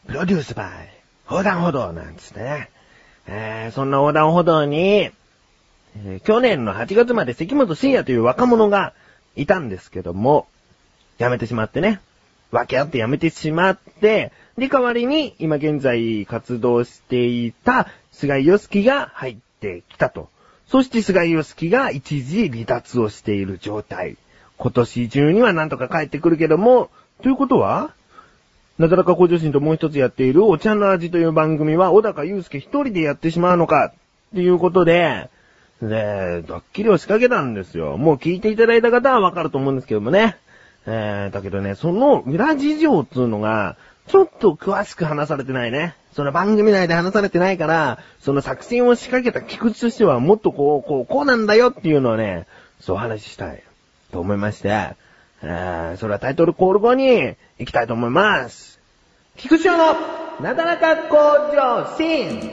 プロデュースバイ、横断歩道なんですね。そんな横断歩道に、去年の8月まで関本慎也という若者がいたんですけども、辞めてしまってね。分け合って辞めてしまって、で、代わりに今現在活動していた菅井良樹が入ってきたと。そして菅井良樹が一時離脱をしている状態。今年中にはなんとか帰ってくるけども、ということはなだらか向上心ともう一つやっているお茶の味という番組は小高祐介一人でやってしまうのかっていうことで、ドッキリを仕掛けたんですよ。もう聞いていただいた方はわかると思うんですけどもね。だけどね、その裏事情っていうのが、ちょっと詳しく話されてないね。その番組内で話されてないから、その作戦を仕掛けた菊池としてはもっとこうなんだよっていうのをね、そう話したいと思いまして、それはタイトルコール後に行きたいと思います。菊池のなだらか向上心。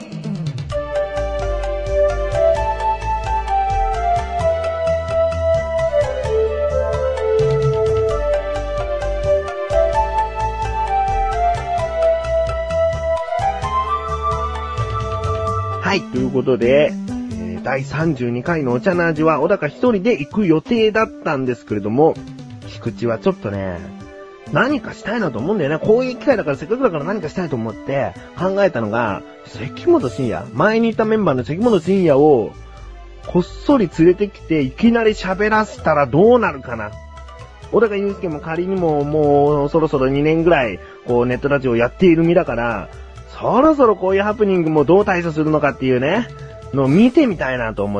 はい、ということで、第32回のお茶の味は小高一人で行く予定だったんですけれども、菊池はちょっとね、何かしたいなと思うんだよね。こういう機会だからせっかくだから何かしたいと思って考えたのが、関本慎也、前にいたメンバーの関本慎也をこっそり連れてきていきなり喋らせたらどうなるかな。小高祐介も仮にももうそろそろ2年ぐらいこうネットラジオやっている身だから、そろそろこういうハプニングもどう対処するのかっていうね、のを見てみたいなと思って、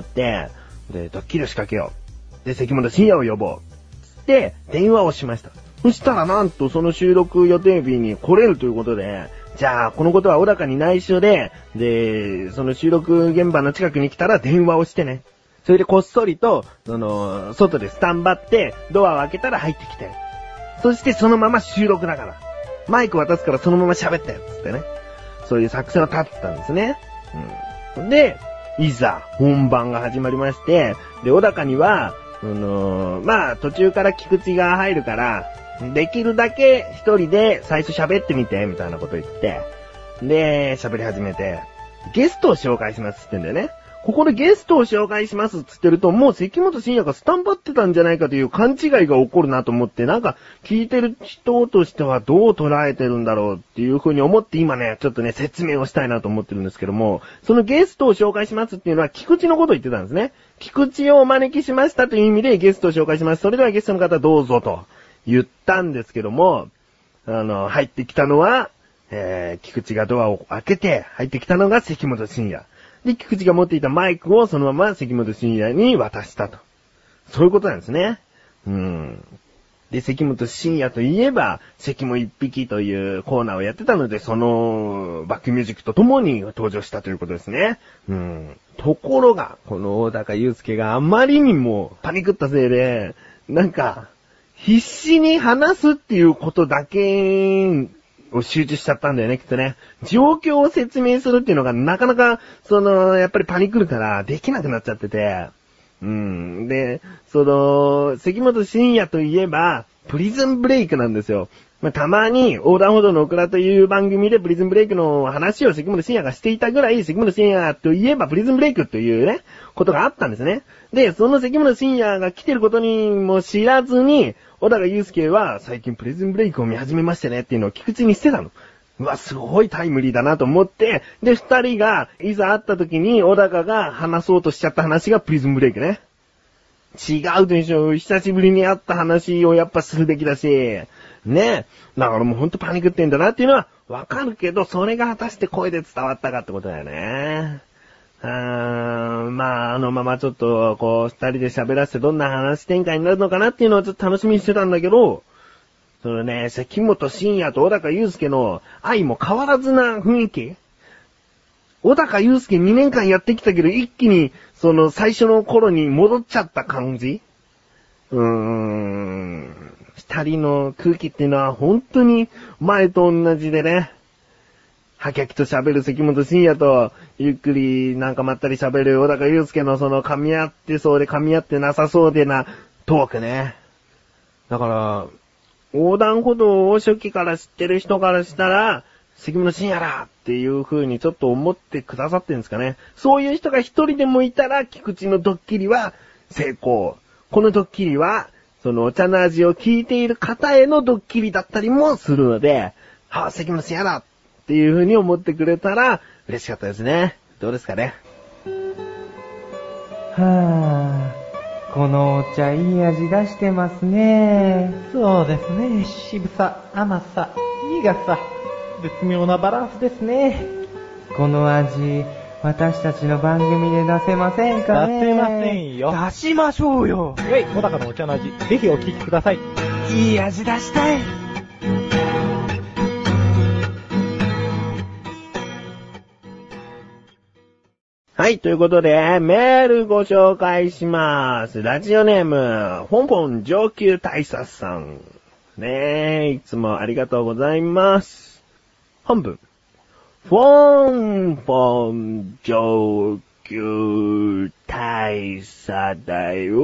で、ドッキリを仕掛けよう。で、関本慎也を呼ぼう。で、電話をしました。そしたらなんとその収録予定日に来れるということで、じゃあこのことは小高に内緒で、その収録現場の近くに来たら電話をしてね。それでこっそりと、外でスタンバって、ドアを開けたら入ってきて。そしてそのまま収録だから。マイク渡すからそのまま喋って、つってね。そういう作戦を立ってたんですね。で、いざ本番が始まりまして、で、小高には、途中から菊池が入るから、できるだけ一人で最初喋ってみて、みたいなこと言って、で、喋り始めて、ゲストを紹介しますって言ってんだよね。ここでゲストを紹介しますって言ってると、もう関本慎也がスタンバってたんじゃないかという勘違いが起こるなと思って、なんか聞いてる人としてはどう捉えてるんだろうっていう風に思って今ね、ちょっとね、説明をしたいなと思ってるんですけども、そのゲストを紹介しますっていうのは菊池のことを言ってたんですね。菊池をお招きしましたという意味でゲストを紹介します。それではゲストの方どうぞと言ったんですけども、入ってきたのは、菊池がドアを開けて入ってきたのが関本慎也。で、菊池が持っていたマイクをそのまま関本慎也に渡したと。そういうことなんですね。で、関本慎也といえば、関も一匹というコーナーをやってたので、そのバックミュージックとともに登場したということですね。ところが、この大高祐介があまりにもパニクったせいで、なんか、必死に話すっていうことだけを集中しちゃったんだよね、きっとね。状況を説明するっていうのがなかなか、やっぱりパニクるからできなくなっちゃってて。で、関本慎也といえば、プリズンブレイクなんですよ。たまに、横断歩道のオクラという番組でプリズンブレイクの話を関本慎也がしていたぐらい、関本慎也といえばプリズンブレイクというね、ことがあったんですね。で、その関本慎也が来てることにも知らずに、小高祐介は最近プリズンブレイクを見始めましてねっていうのを菊池にしてたの。うわ、すごいタイムリーだなと思って、で、二人が、いざ会った時に小高が話そうとしちゃった話がプリズンブレイクね。違うでしょ。久しぶりに会った話をやっぱするべきだし、ね。だからもうほんとパニックってんだなっていうのはわかるけど、それが果たして声で伝わったかってことだよね。ままちょっと、二人で喋らせてどんな話展開になるのかなっていうのをちょっと楽しみにしてたんだけど、関本慎也と小高祐介の愛も変わらずな雰囲気。小高祐介2年間やってきたけど、一気に、最初の頃に戻っちゃった感じ。二人の空気っていうのは本当に前と同じでね。はきゃきと喋る関本慎也と、ゆっくりなんかまったり喋る小高祐介の噛み合ってそうで噛み合ってなさそうでなトークね。だから、横断歩道を初期から知ってる人からしたら、 関村深也だっていう風にちょっと思ってくださってるんですかね。そういう人が一人でもいたら、菊池のドッキリは成功。このドッキリは、そのお茶の味を聞いている方へのドッキリだったりもするので、関村深也だっていう風に思ってくれたら嬉しかったですね。どうですかね。 このお茶いい味出してますね。 そうですね。渋さ、甘さ、苦さ、絶妙なバランスですね。 この味、私たちの番組で出せませんかね。 出せませんよ。 出しましょうよ。 小高のお茶の味、ぜひお聞きください。 いい味出したい。 はい、ということで、メールご紹介します。ラジオネーム、ポンポン上級大佐さん。ねえ、いつもありがとうございます。本文。ポンポン上級大佐だよ。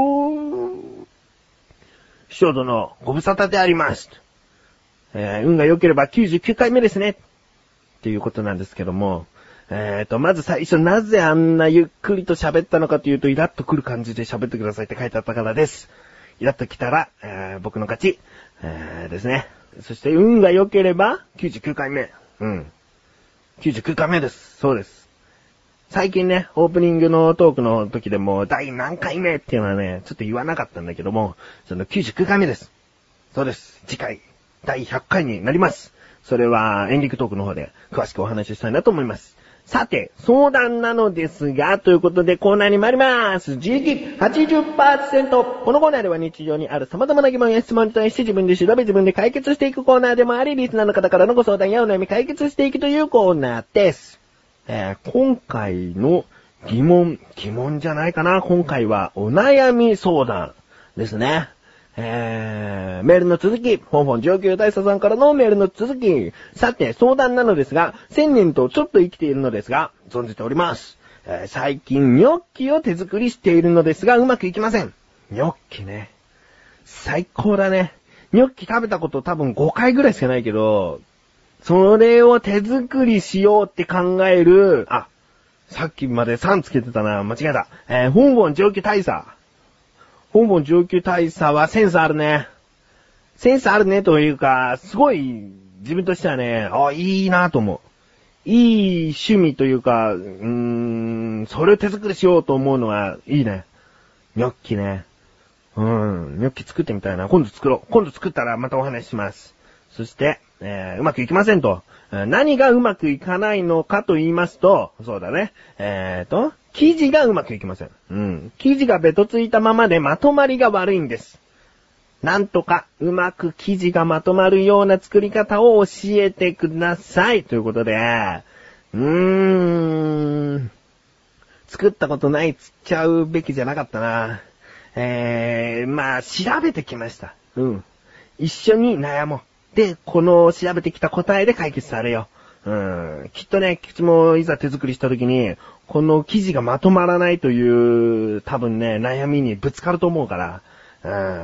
師匠殿、ご無沙汰であります。運が良ければ99回目ですね。っていうことなんですけども、まず最初なぜあんなゆっくりと喋ったのかというと、イラッとくる感じで喋ってくださいって書いてあったからです。イラッと来たら、僕の勝ち、ですね。そして運が良ければ99回目。99回目です。そうです。最近ね、オープニングのトークの時でも、第何回目っていうのはね、ちょっと言わなかったんだけども、その99回目です。そうです。次回、第100回になります。それは、エンディングトークの方で詳しくお話ししたいなと思います。さて、相談なのですが、ということでコーナーに参ります。自力 80%。このコーナーでは日常にある様々な疑問や質問に対して自分で調べ自分で解決していくコーナーでもあり、リスナーの方からのご相談やお悩み解決していくというコーナーです。今回の疑問じゃないかな。今回はお悩み相談ですね。メールの続き、ポンポン上級大佐さんからのメールの続き。さて、相談なのですが、1000年とちょっと生きているのですが、存じております。最近、ニョッキを手作りしているのですが、うまくいきません。ニョッキね。最高だね。ニョッキ食べたこと多分5回ぐらいしかないけど、それを手作りしようって考える、さっきまで3つけてたな、間違えた。ポンポン上級大佐。ポンポン上級大佐はセンスあるね。センスあるねというか、すごい自分としてはね、いいなと思う。いい趣味というか、それを手作りしようと思うのはいいね。ニョッキね。ニョッキ作ってみたいな。今度作ろう。今度作ったらまたお話しします。そして、うまくいきませんと。何がうまくいかないのかと言いますと、そうだね。生地がうまくいきません。生地がベトついたままでまとまりが悪いんです。なんとかうまく生地がまとまるような作り方を教えてください。ということで、作ったことないつっちゃうべきじゃなかったな。調べてきました。一緒に悩もう。で、この調べてきた答えで解決されよう。きっとね、菊池もいざ手作りした時に、この生地がまとまらないという、多分ね、悩みにぶつかると思うから、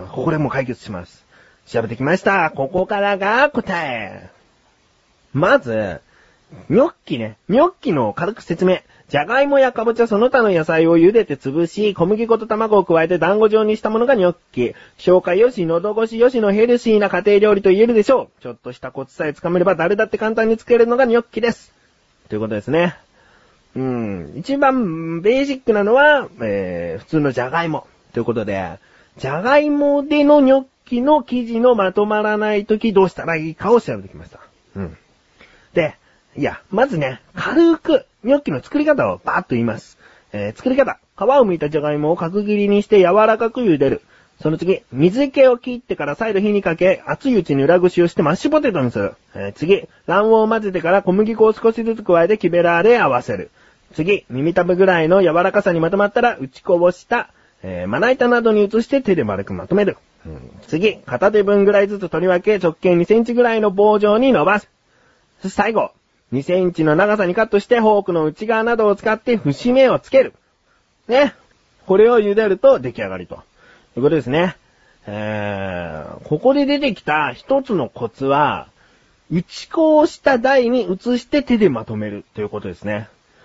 ここでもう解決します。調べてきました。ここからが答え。まず、ニョッキね。ニョッキの軽く説明。じゃがいもやかぼちゃその他の野菜を茹でて潰し、小麦粉と卵を加えて団子状にしたものがニョッキ。消化よし、喉越しよしのヘルシーな家庭料理と言えるでしょう。ちょっとしたコツさえつかめれば誰だって簡単に作れるのがニョッキです。ということですね。一番ベーシックなのは、普通のじゃがいも。ということで、じゃがいもでのニョッキの生地のまとまらないときどうしたらいいかを調べてきました。で、まずね、軽く、ニョッキの作り方をバーッと言います。作り方。皮を剥いたじゃがいもを角切りにして柔らかく茹でる。その次、水気を切ってから再度火にかけ、熱いうちに裏ごしをしてマッシュポテトにする。次、卵黄を混ぜてから小麦粉を少しずつ加えて木べらで合わせる。次、耳たぶぐらいの柔らかさにまとまったら打ちこぼした、まな板などに移して手で丸くまとめる。次、片手分ぐらいずつ取り分け直径2センチぐらいの棒状に伸ばす。そして最後、2センチの長さにカットしてフォークの内側などを使って節目をつける。ね。これを茹でると出来上がりと。ということですね。ここで出てきた一つのコツは、 打ち粉をした台に移して手でまとめるということですね。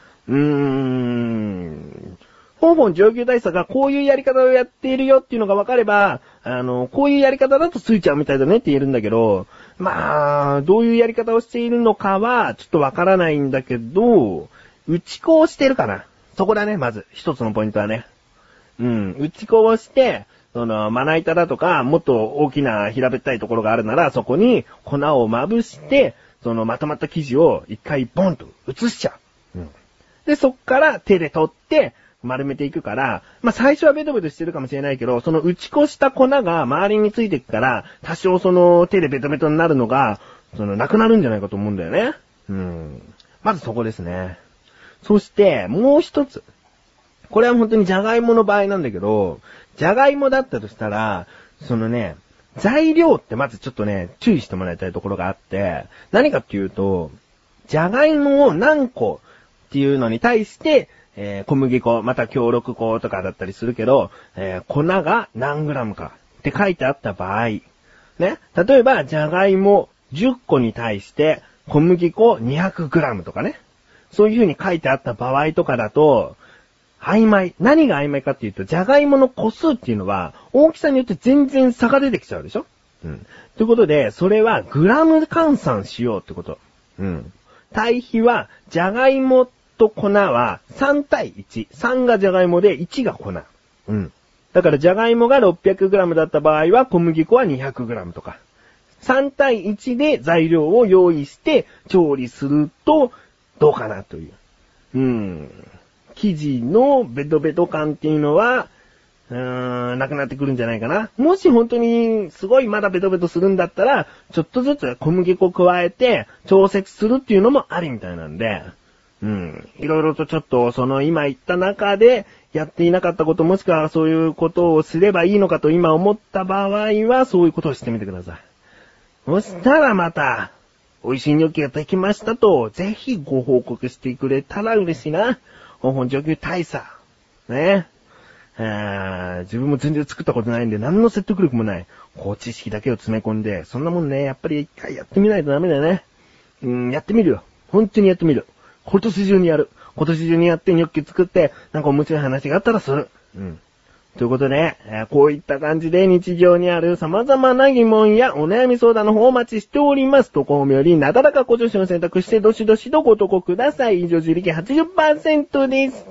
本本上級大佐がこういうやり方をやっているよっていうのが分かれば、こういうやり方だとついちゃうみたいだねって言えるんだけど、まあ、どういうやり方をしているのかはちょっと分からないんだけど、打ち粉をしてるかな。そこだね、まず。一つのポイントはね。打ち粉をして、まな板だとか、もっと大きな平べったいところがあるなら、そこに粉をまぶして、まとまった生地を一回ボンと移しちゃう。で、そっから手で取って、丸めていくから、まあ、最初はベトベトしてるかもしれないけど、その打ち粉した粉が周りについていくから、多少手でベトベトになるのが、なくなるんじゃないかと思うんだよね。まずそこですね。そして、もう一つ。これは本当にジャガイモの場合なんだけど、ジャガイモだったとしたら、材料ってまずちょっとね、注意してもらいたいところがあって、何かっていうと、ジャガイモを何個っていうのに対して、小麦粉、また強力粉とかだったりするけど、粉が何グラムかって書いてあった場合、ね、例えば、ジャガイモ10個に対して、小麦粉200グラムとかね、そういう風に書いてあった場合とかだと、曖昧。何が曖昧かっていうと、ジャガイモの個数っていうのは、大きさによって全然差が出てきちゃうでしょ？ということで、それはグラム換算しようってこと。対比は、ジャガイモと粉は3対1。3がジャガイモで1が粉。だからジャガイモが 600g だった場合は小麦粉は 200g とか。3対1で材料を用意して調理するとどうかなという。生地のベトベト感っていうのは、なくなってくるんじゃないかな。もし本当にすごいまだベトベトするんだったら、ちょっとずつ小麦粉加えて調節するっていうのもありみたいなんで、いろいろとちょっと今言った中でやっていなかったこともしくはそういうことをすればいいのかと今思った場合はそういうことをしてみてください。そしたらまた美味しいニョッキができましたとぜひご報告してくれたら嬉しいな。本本上級大佐。ね。自分も全然作ったことないんで何の説得力もない。知識だけを詰め込んで、そんなもんね、やっぱり一回やってみないとダメだよね。やってみるよ。本当にやってみる。今年中にやる。今年中にやってニョッキ作って、なんか面白い話があったらする。ということで、こういった感じで日常にある様々な疑問やお悩み相談の方をお待ちしております。とこうよりなだらかご助手を選択してどしどしとご投稿ください。以上、自力 80% でした。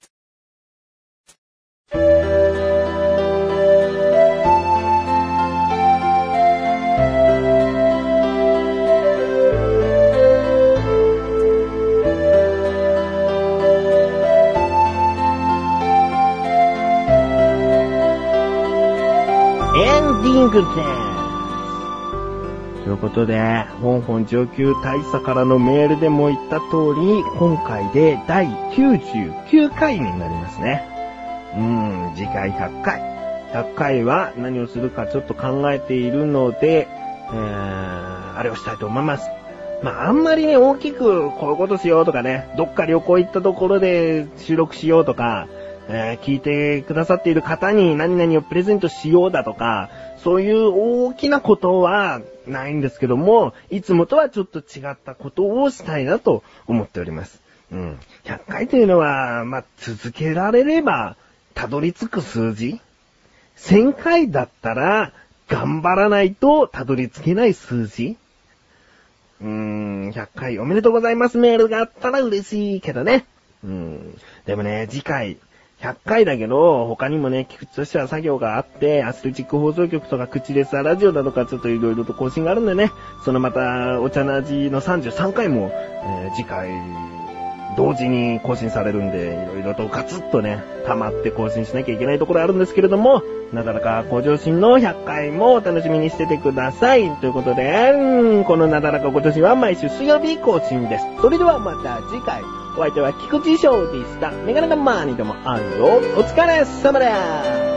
ということで、本本上級大佐からのメールでも言った通り、今回で第99回になりますね。次回100回。100回は何をするかちょっと考えているので、あれをしたいと思います。あんまりね、大きくこういうことしようとかね、どっか旅行行ったところで収録しようとか、聞いてくださっている方に何々をプレゼントしようだとか、そういう大きなことはないんですけども、いつもとはちょっと違ったことをしたいなと思っております。100回というのは、続けられればたどり着く数字。1000回だったら頑張らないとたどり着けない数字。100回おめでとうございますメールがあったら嬉しいけどね。でもね、次回、100回だけど、他にもね、菊池としては作業があって、アスレチック放送局とか口レスラジオだとかちょっといろいろと更新があるんでね、また、お茶なじの33回も、次回、同時に更新されるんで、いろいろとガツッとね、溜まって更新しなきゃいけないところあるんですけれども、なだらか向上心の100回もお楽しみにしててください。ということで、このなだらか向上心は毎週水曜日更新です。それではまた次回。お相手は菊池翔でした。メガネのマーニでもあるよ。お疲れ様です。